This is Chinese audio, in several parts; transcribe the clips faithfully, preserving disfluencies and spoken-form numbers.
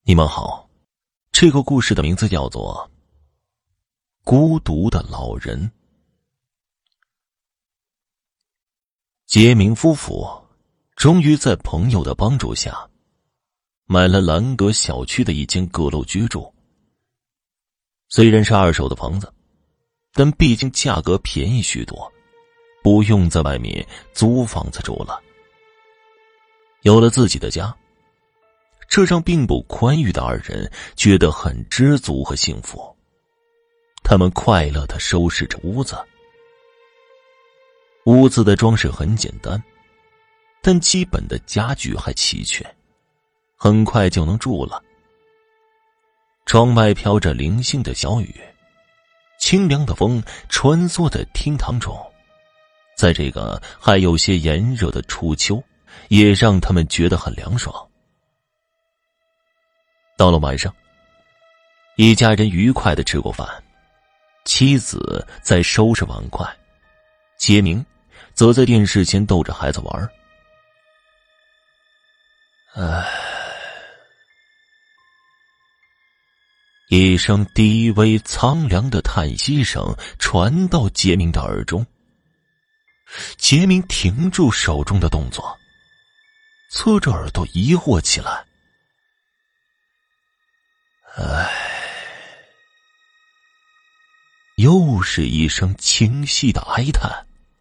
你们好，这个故事的名字叫做《孤独的老人》。杰明夫妇终于在朋友的帮助下买了兰格小区的一间阁楼居住。虽然是二手的房子，但毕竟价格便宜许多，不用在外面租房子住了。有了自己的家，这让并不宽裕的二人觉得很知足和幸福。他们快乐地收拾着屋子。屋子的装饰很简单，但基本的家具还齐全，很快就能住了。窗外飘着零星的小雨，清凉的风穿梭在厅堂中，在这个还有些炎热的初秋，也让他们觉得很凉爽。到了晚上，一家人愉快地吃过饭，妻子在收拾碗筷，杰明则在电视前逗着孩子玩。唉，一声低微苍凉的叹息声传到杰明的耳中。杰明停住手中的动作，侧着耳朵疑惑起来。唉，又是一声清晰的哀叹。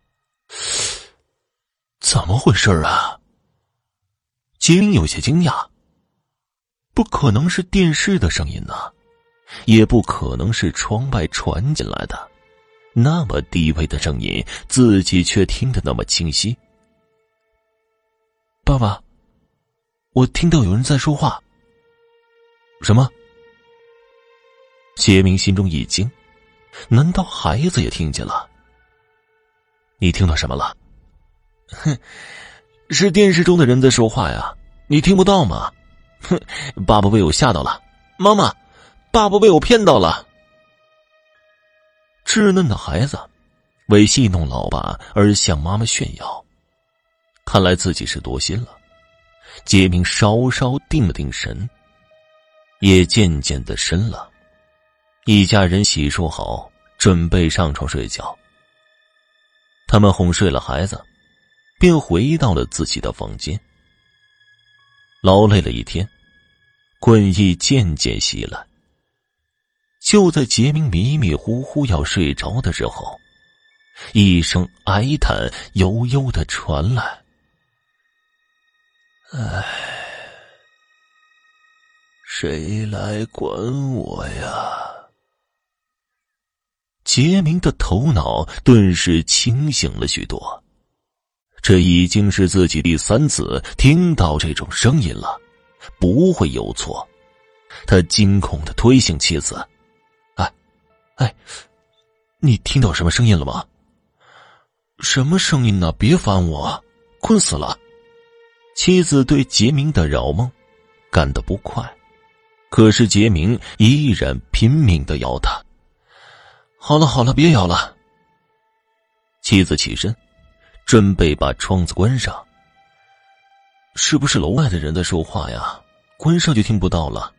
怎么回事啊？杰明有些惊讶，不可能是电视的声音呢，也不可能是窗外传进来的，那么低微的声音，自己却听得那么清晰。爸爸，我听到有人在说话。什么？杰明心中一惊，难道孩子也听见了？你听到什么了？哼，是电视中的人在说话呀，你听不到吗？哼，爸爸被我吓到了，妈妈，爸爸被我骗到了。稚嫩的孩子为戏弄老爸而向妈妈炫耀，看来自己是多心了。杰明稍稍定了定神，夜渐渐的深了。一家人洗漱好，准备上床睡觉。他们哄睡了孩子，便回到了自己的房间。劳累了一天，困意渐渐袭来。就在杰明迷迷糊糊要睡着的时候，一声哀叹悠悠地传来。唉，谁来管我呀？杰明的头脑顿时清醒了许多，这已经是自己第三次听到这种声音了，不会有错。他惊恐地推醒妻子：“哎，哎，你听到什么声音了吗？”“什么声音呢？别烦我，困死了。”妻子对杰明的扰梦感到不快，可是杰明依然拼命地摇他。好了好了，别摇了。妻子起身，准备把窗子关上。是不是楼外的人在说话呀？关上就听不到了。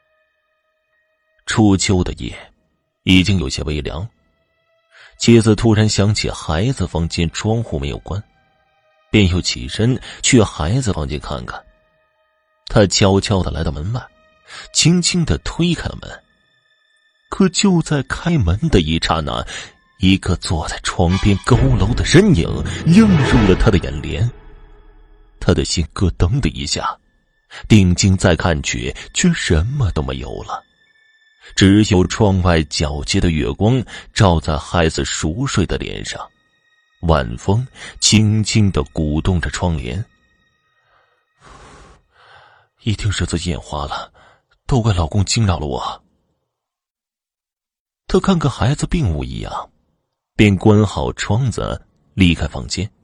初秋的夜已经有些微凉，妻子突然想起孩子房间窗户没有关，便又起身去孩子房间看看。他悄悄地来到门外，轻轻地推开了门。可就在开门的一刹那，一个坐在窗边佝偻的身影映入了他的眼帘。他的心咯噔的一下，定睛再看去，却什么都没有了，只有窗外皎洁的月光照在孩子熟睡的脸上，晚风轻轻地鼓动着窗帘。一定是自己眼花了，都怪老公惊扰了我。他看看孩子并无异样，便关好窗子离开房间。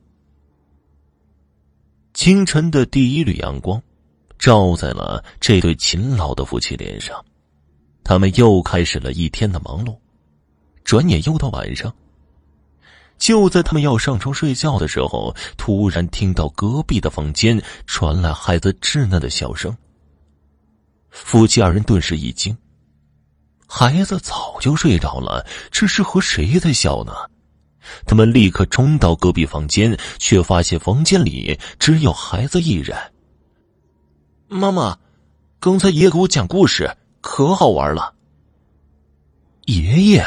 清晨的第一缕阳光照在了这对勤劳的夫妻脸上，他们又开始了一天的忙碌。转眼又到晚上，就在他们要上床睡觉的时候，突然听到隔壁的房间传来孩子稚嫩的笑声。 夫妻二人顿时一惊，孩子早就睡着了，这是和谁在笑呢？他们立刻冲到隔壁房间，却发现房间里只有孩子一人。妈妈，刚才爷爷给我讲故事，可好玩了。爷爷？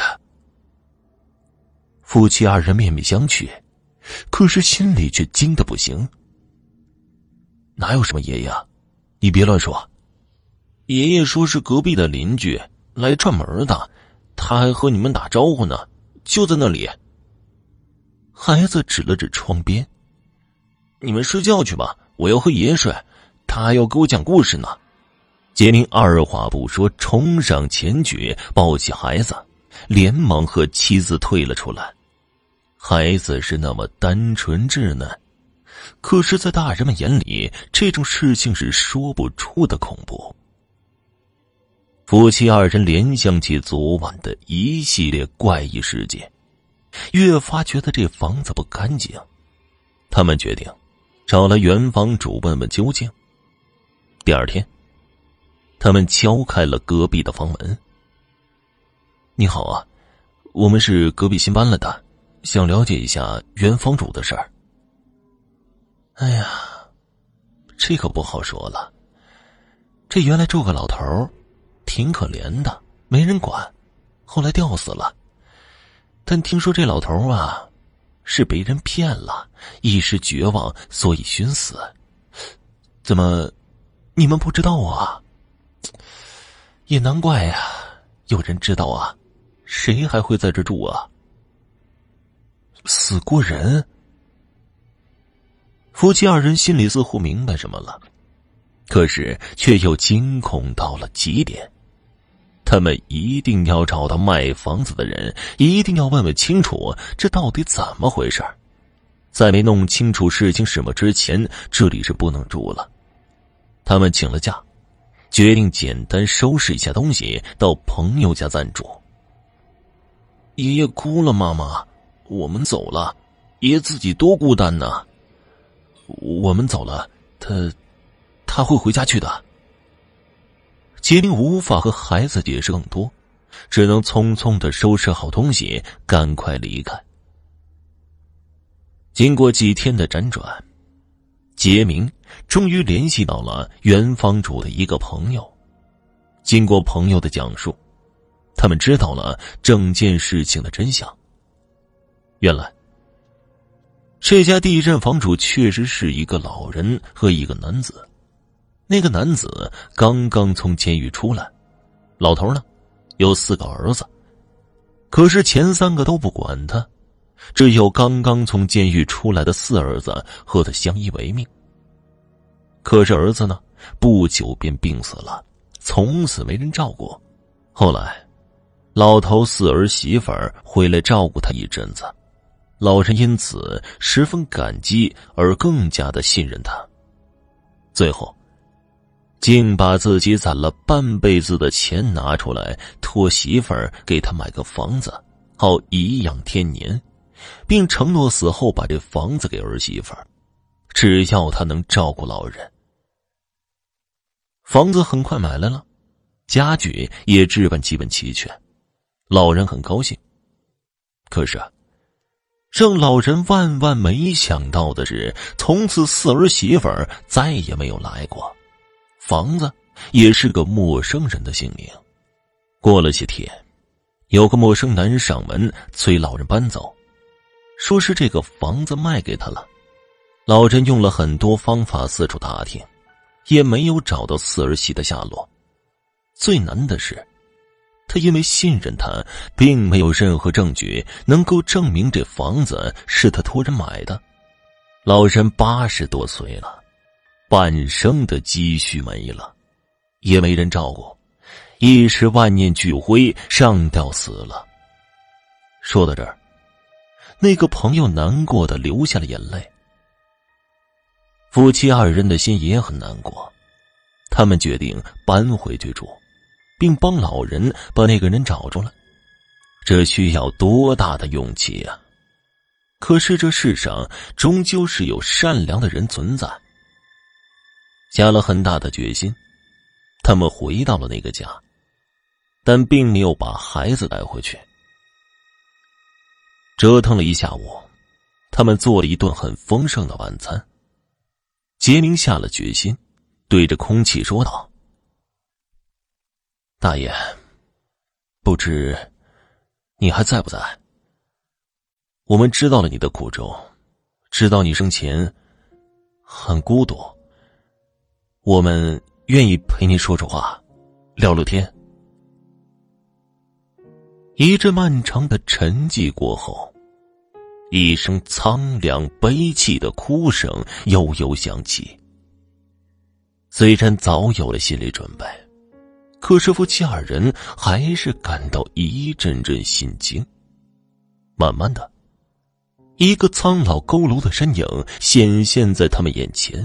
夫妻二人面面相觑，可是心里却惊得不行。哪有什么爷爷啊，你别乱说。爷爷说是隔壁的邻居来串门的，他还和你们打招呼呢，就在那里。孩子指了指窗边。你们睡觉去吧，我要和爷爷睡，他还要给我讲故事呢。杰明二话不说冲上前去抱起孩子，连忙和妻子退了出来。孩子是那么单纯稚嫩，可是在大人们眼里，这种事情是说不出的恐怖。夫妻二人联想起昨晚的一系列怪异事件，越发觉得这房子不干净。他们决定找来原房主问问究竟。第二天，他们敲开了隔壁的房门。你好啊，我们是隔壁新搬来的，想了解一下原房主的事儿。哎呀，这可不好说了。这原来住个老头儿，挺可怜的，没人管，后来吊死了。但听说这老头儿啊，是被人骗了，一时绝望，所以寻死。怎么，你们不知道啊？也难怪呀，有人知道啊，谁还会在这住啊？死过人？夫妻二人心里似乎明白什么了，可是却又惊恐到了极点。他们一定要找到卖房子的人，一定要问问清楚这到底怎么回事。在没弄清楚事情什么之前，这里是不能住了。他们请了假，决定简单收拾一下东西，到朋友家暂住。爷爷哭了，妈妈，我们走了，爷爷自己多孤单呢。我们走了，他他会回家去的。杰明无法和孩子解释更多，只能匆匆地收拾好东西，赶快离开。经过几天的辗转，杰明终于联系到了原房主的一个朋友。经过朋友的讲述，他们知道了整件事情的真相。原来这家地震房主确实是一个老人和一个男子。那个男子刚刚从监狱出来，老头呢有四个儿子，可是前三个都不管他，只有刚刚从监狱出来的四儿子和他相依为命。可是儿子呢不久便病死了，从此没人照顾。后来老头四儿媳妇儿回来照顾他一阵子，老人因此十分感激，而更加的信任他。最后竟把自己攒了半辈子的钱拿出来，托媳妇儿给他买个房子，好颐养天年，并承诺死后把这房子给儿媳妇儿，只要他能照顾老人。房子很快买来了，家具也置办基本齐全，老人很高兴。可是让老人万万没想到的是，从此四儿媳妇儿再也没有来过，房子也是个陌生人的姓名。过了些天，有个陌生男人上门催老人搬走，说是这个房子卖给他了。老人用了很多方法四处打听，也没有找到四儿媳的下落。最难的是，他因为信任他，并没有任何证据能够证明这房子是他托人买的。老人八十多岁了，半生的积蓄没了，也没人照顾，一时万念俱灰，上吊死了。说到这儿，那个朋友难过的流下了眼泪。夫妻二人的心也很难过，他们决定搬回去住，并帮老人把那个人找出来。这需要多大的勇气啊！可是这世上终究是有善良的人存在。下了很大的决心， 他们回到了那个家，但并没有把孩子带回去。折腾了一下午，他们做了一顿很丰盛的晚餐。杰明下了决心，对着空气说道：大爷，不知你还在不在？我们知道了你的苦衷，知道你生前很孤独，我们愿意陪你说说话，聊聊天。一阵漫长的沉寂过后，一声苍凉悲泣的哭声悠悠响起。虽然早有了心理准备，可是夫妻二人还是感到一阵阵心惊。慢慢的，一个苍老佝偻的身影显现在他们眼前。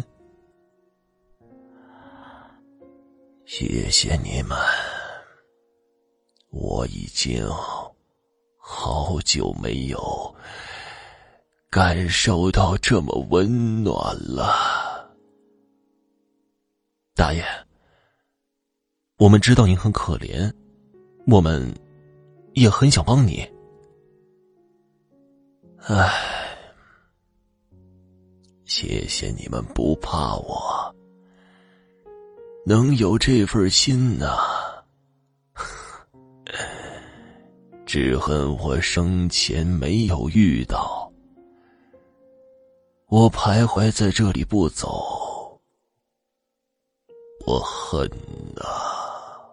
谢谢你们，我已经好久没有感受到这么温暖了。 大爷，我们知道您很可怜，我们也很想帮你。 唉，谢谢你们不怕我，能有这份心啊，只恨我生前没有遇到。我徘徊在这里不走，我恨啊，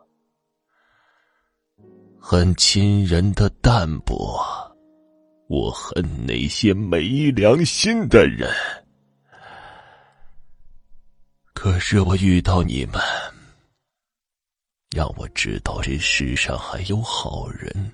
恨亲人的淡薄，我恨那些没良心的人。可是我遇到你们，让我知道这世上还有好人。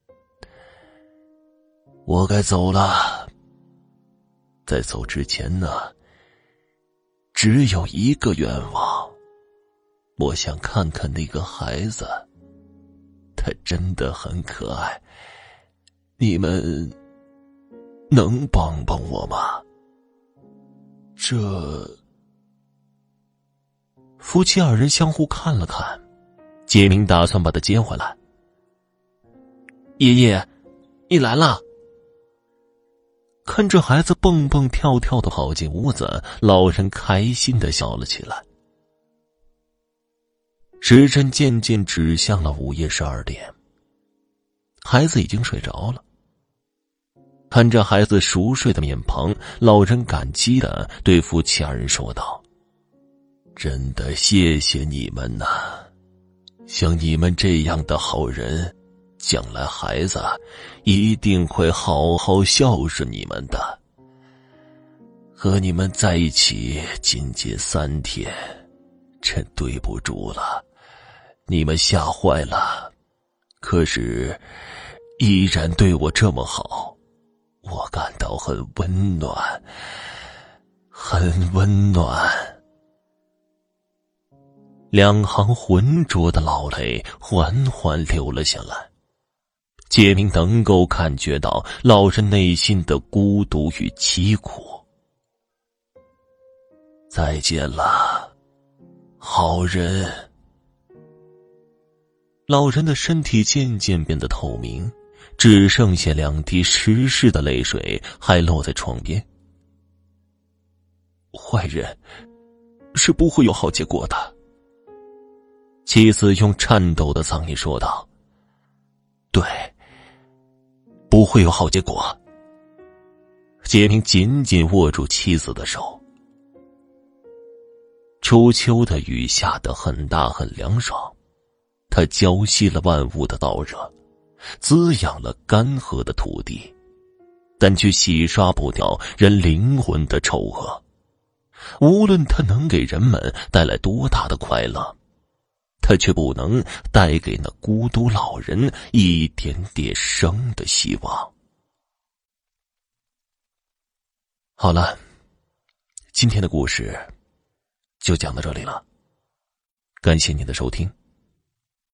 我该走了，在走之前呢，只有一个愿望，我想看看那个孩子，他真的很可爱，你们能帮帮我吗？这…… 夫妻二人相互看了看，杰明打算把他接回来。爷爷，你来了。看着孩子蹦蹦跳跳的跑进屋子，老人开心地笑了起来。时针渐渐指向了午夜十二点，孩子已经睡着了。看着孩子熟睡的面庞，老人感激地对夫妻二人说道： 真的谢谢你们呐，像你们这样的好人，将来孩子一定会好好孝顺你们的。和你们在一起仅仅三天，真对不住了，你们吓坏了，可是依然对我这么好，我感到很温暖，很温暖。 两行浑浊的老泪缓缓流了下来。杰明能够感觉到老人内心的孤独与凄苦。 再见了，好人。 老人的身体渐渐变得透明，只剩下两滴湿湿的泪水还落在床边。坏人是不会有好结果的，妻子用颤抖的嗓音说道：对，不会有好结果。杰明紧紧握住妻子的手。初秋的雨下得很大很凉爽，它浇熄了万物的燥热，滋养了干涸的土地，但却洗刷不掉人灵魂的丑恶。无论它能给人们带来多大的快乐，它却不能带给那孤独老人一点点生的希望。好了，今天的故事就讲到这里了，感谢您的收听。